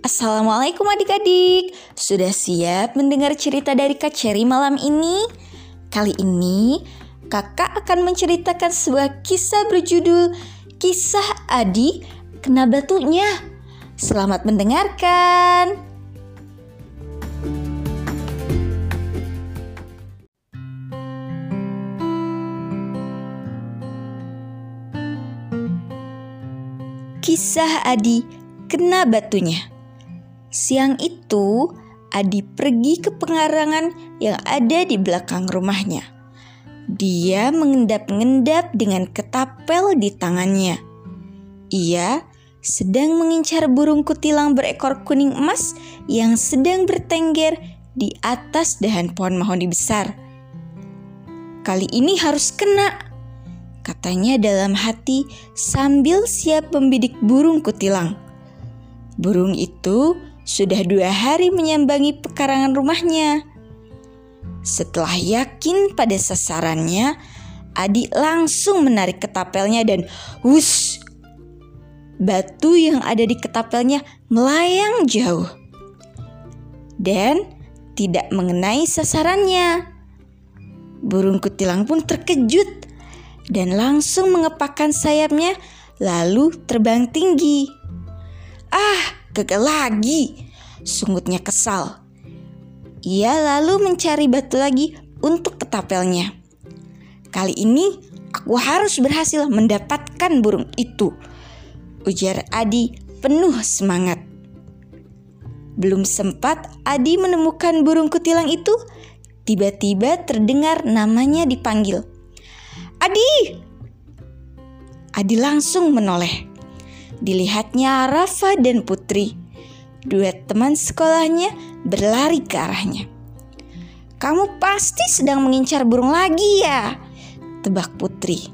Assalamualaikum adik-adik. Sudah siap mendengar cerita dari Kak Cherry malam ini? Kali ini kakak akan menceritakan sebuah kisah berjudul Kisah Adi Kena Batunya. Selamat mendengarkan. Kisah Adi Kena Batunya. Siang itu, Adi pergi ke pengarangan yang ada di belakang rumahnya. Dia mengendap-endap dengan ketapel di tangannya. Ia sedang mengincar burung kutilang berekor kuning emas yang sedang bertengger di atas dahan pohon mahoni besar. Kali ini harus kena, katanya dalam hati sambil siap membidik burung kutilang. Burung itu sudah 2 hari menyambangi pekarangan rumahnya. Setelah yakin pada sasarannya, Adi langsung menarik ketapelnya dan wush! Batu yang ada di ketapelnya melayang jauh dan tidak mengenai sasarannya. Burung kutilang pun terkejut dan langsung mengepakkan sayapnya lalu terbang tinggi. Gagal lagi, sungutnya kesal. Ia lalu mencari batu lagi untuk ketapelnya. Kali ini aku harus berhasil mendapatkan burung itu, ujar Adi penuh semangat. Belum sempat Adi menemukan burung kutilang itu, tiba-tiba terdengar namanya dipanggil. Adi! Adi langsung menoleh. Dilihatnya Rafa dan Putri, 2 teman sekolahnya berlari ke arahnya. Kamu pasti sedang mengincar burung lagi ya? Tebak Putri.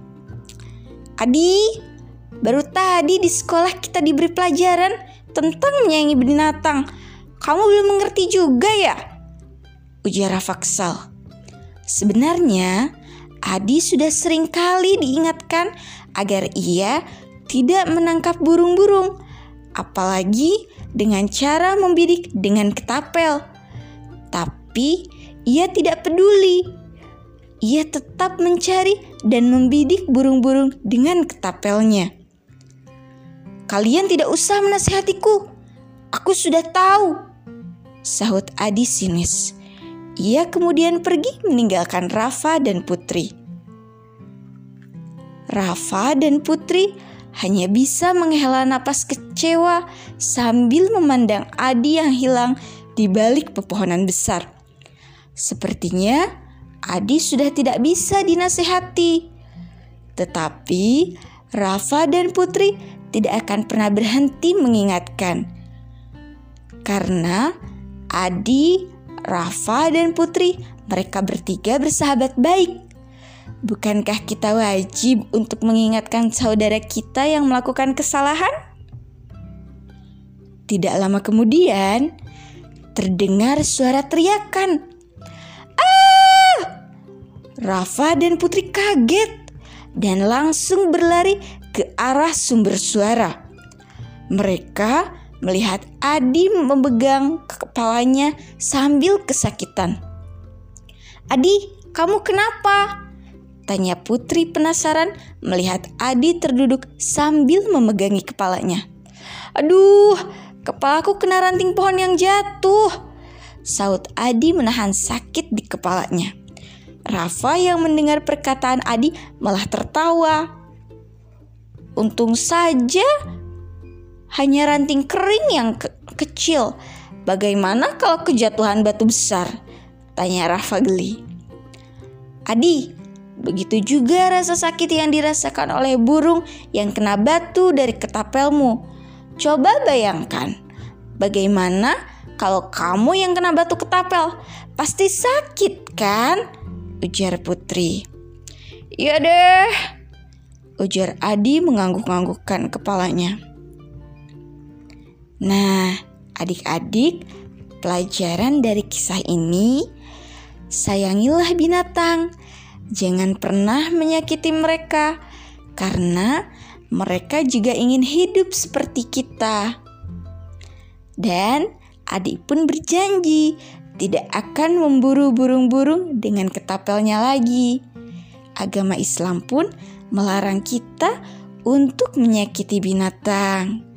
Adi, baru tadi di sekolah kita diberi pelajaran tentang menyayangi binatang. Kamu belum mengerti juga ya? Ujar Rafa kesal. Sebenarnya Adi sudah sering kali diingatkan agar ia tidak menangkap burung-burung, apalagi dengan cara membidik dengan ketapel. Tapi ia tidak peduli. Ia tetap mencari dan membidik burung-burung dengan ketapelnya. Kalian tidak usah menasihatiku. Aku sudah tahu, sahut Adi sinis. Ia kemudian pergi meninggalkan Rafa dan Putri. Rafa dan Putri hanya bisa menghela napas kecewa sambil memandang Adi yang hilang di balik pepohonan besar. Sepertinya Adi sudah tidak bisa dinasehati. Tetapi Rafa dan Putri tidak akan pernah berhenti mengingatkan. Karena Adi, Rafa dan Putri, mereka bertiga bersahabat baik. Bukankah kita wajib untuk mengingatkan saudara kita yang melakukan kesalahan? Tidak lama kemudian, terdengar suara teriakan. Rafa dan Putri kaget dan langsung berlari ke arah sumber suara. Mereka melihat Adi memegang kepalanya sambil kesakitan. Adi, kamu kenapa? Tanya Putri penasaran melihat Adi terduduk sambil memegangi kepalanya. Aduh, kepalaku kena ranting pohon yang jatuh, sahut Adi menahan sakit di kepalanya. Rafa yang mendengar perkataan Adi malah tertawa. Untung saja hanya ranting kering yang kecil. Bagaimana kalau kejatuhan batu besar? Tanya Rafa geli. Adi, begitu juga rasa sakit yang dirasakan oleh burung yang kena batu dari ketapelmu. Coba bayangkan, bagaimana kalau kamu yang kena batu ketapel? Pasti sakit kan? Ujar Putri. Iya deh, ujar Adi mengangguk-anggukkan kepalanya. Nah, adik-adik, pelajaran dari kisah ini, sayangilah binatang. Jangan pernah menyakiti mereka, karena mereka juga ingin hidup seperti kita. Dan Adi pun berjanji tidak akan memburu burung-burung dengan ketapelnya lagi. Agama Islam pun melarang kita untuk menyakiti binatang.